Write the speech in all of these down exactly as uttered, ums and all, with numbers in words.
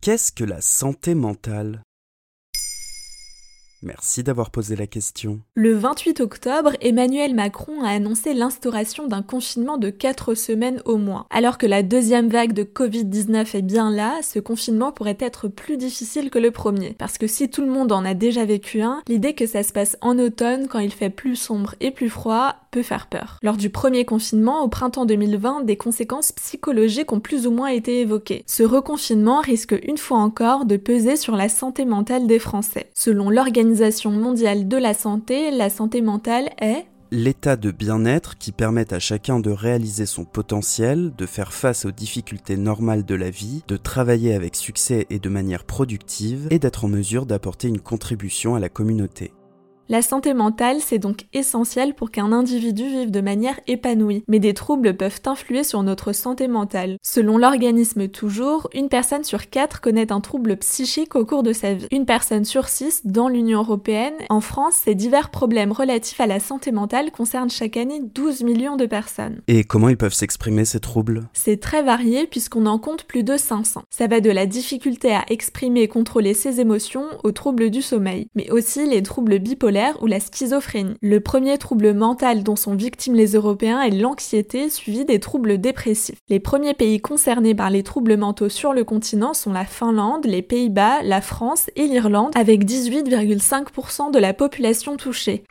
Qu'est-ce que la santé mentale ? Merci d'avoir posé la question. Le vingt-huit octobre, Emmanuel Macron a annoncé l'instauration d'un confinement de quatre semaines au moins. Alors que la deuxième vague de covid dix-neuf est bien là, ce confinement pourrait être plus difficile que le premier. Parce que si tout le monde en a déjà vécu un, l'idée que ça se passe en automne, quand il fait plus sombre et plus froid, peut faire peur. Lors du premier confinement, au printemps deux mille vingt, des conséquences psychologiques ont plus ou moins été évoquées. Ce reconfinement risque une fois encore de peser sur la santé mentale des Français. Selon l'Organisation mondiale de la santé, la santé mentale est l'état de bien-être qui permet à chacun de réaliser son potentiel, de faire face aux difficultés normales de la vie, de travailler avec succès et de manière productive, et d'être en mesure d'apporter une contribution à la communauté. La santé mentale, c'est donc essentiel pour qu'un individu vive de manière épanouie, mais des troubles peuvent influer sur notre santé mentale. Selon l'organisme Toujours, une personne sur quatre connaît un trouble psychique au cours de sa vie. Une personne sur six dans l'Union européenne. En France, ces divers problèmes relatifs à la santé mentale concernent chaque année douze millions de personnes. Et comment ils peuvent s'exprimer ces troubles ? C'est très varié puisqu'on en compte plus de cinq cents. Ça va de la difficulté à exprimer et contrôler ses émotions aux troubles du sommeil, mais aussi les troubles bipolaires ou la schizophrénie. Le premier trouble mental dont sont victimes les Européens est l'anxiété, suivi des troubles dépressifs. Les premiers pays concernés par les troubles mentaux sur le continent sont la Finlande, les Pays-Bas, la France et l'Irlande, avec dix-huit virgule cinq pour cent de la population touchée.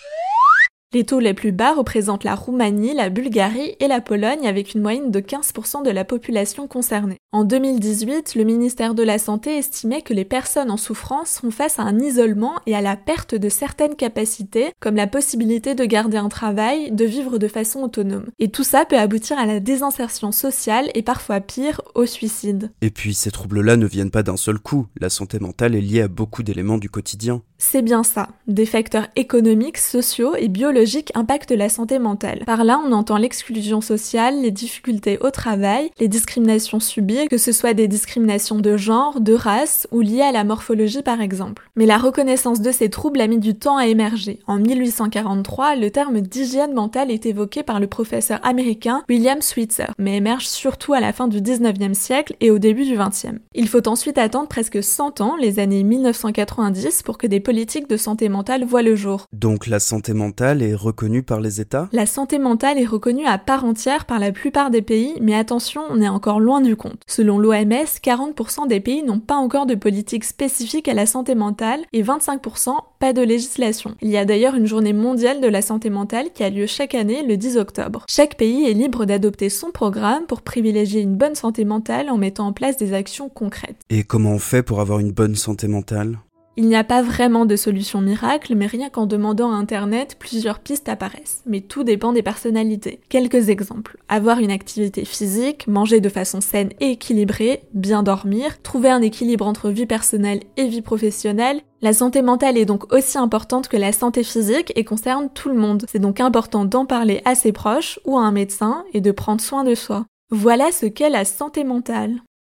Les taux les plus bas représentent la Roumanie, la Bulgarie et la Pologne avec une moyenne de quinze pour cent de la population concernée. En deux mille dix-huit, le ministère de la Santé estimait que les personnes en souffrance font face à un isolement et à la perte de certaines capacités, comme la possibilité de garder un travail, de vivre de façon autonome. Et tout ça peut aboutir à la désinsertion sociale et parfois pire, au suicide. Et puis ces troubles-là ne viennent pas d'un seul coup. La santé mentale est liée à beaucoup d'éléments du quotidien. C'est bien ça. Des facteurs économiques, sociaux et biologiques impactent la santé mentale. Par là, on entend l'exclusion sociale, les difficultés au travail, les discriminations subies, que ce soit des discriminations de genre, de race ou liées à la morphologie par exemple. Mais la reconnaissance de ces troubles a mis du temps à émerger. En mille huit cent quarante-trois, le terme d'hygiène mentale est évoqué par le professeur américain William Switzer, mais émerge surtout à la fin du dix-neuvième siècle et au début du vingtième. Il faut ensuite attendre presque cent ans, les années mille neuf cent quatre-vingt-dix, pour que des politiques de santé mentale voient le jour. Donc la santé mentale est reconnue par les États ? La santé mentale est reconnue à part entière par la plupart des pays, mais attention, on est encore loin du compte. Selon l'O M S, quarante pour cent des pays n'ont pas encore de politique spécifique à la santé mentale et vingt-cinq pour cent pas de législation. Il y a d'ailleurs une journée mondiale de la santé mentale qui a lieu chaque année le dix octobre. Chaque pays est libre d'adopter son programme pour privilégier une bonne santé mentale en mettant en place des actions concrètes. Et comment on fait pour avoir une bonne santé mentale ? Il n'y a pas vraiment de solution miracle, mais rien qu'en demandant à Internet, plusieurs pistes apparaissent. Mais tout dépend des personnalités. Quelques exemples. Avoir une activité physique, manger de façon saine et équilibrée, bien dormir, trouver un équilibre entre vie personnelle et vie professionnelle. La santé mentale est donc aussi importante que la santé physique et concerne tout le monde. C'est donc important d'en parler à ses proches ou à un médecin et de prendre soin de soi. Voilà ce qu'est la santé mentale.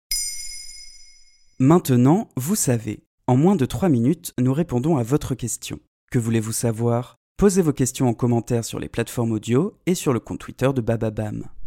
Maintenant, vous savez. En moins de trois minutes, nous répondons à votre question. Que voulez-vous savoir ? Posez vos questions en commentaire sur les plateformes audio et sur le compte Twitter de Bababam.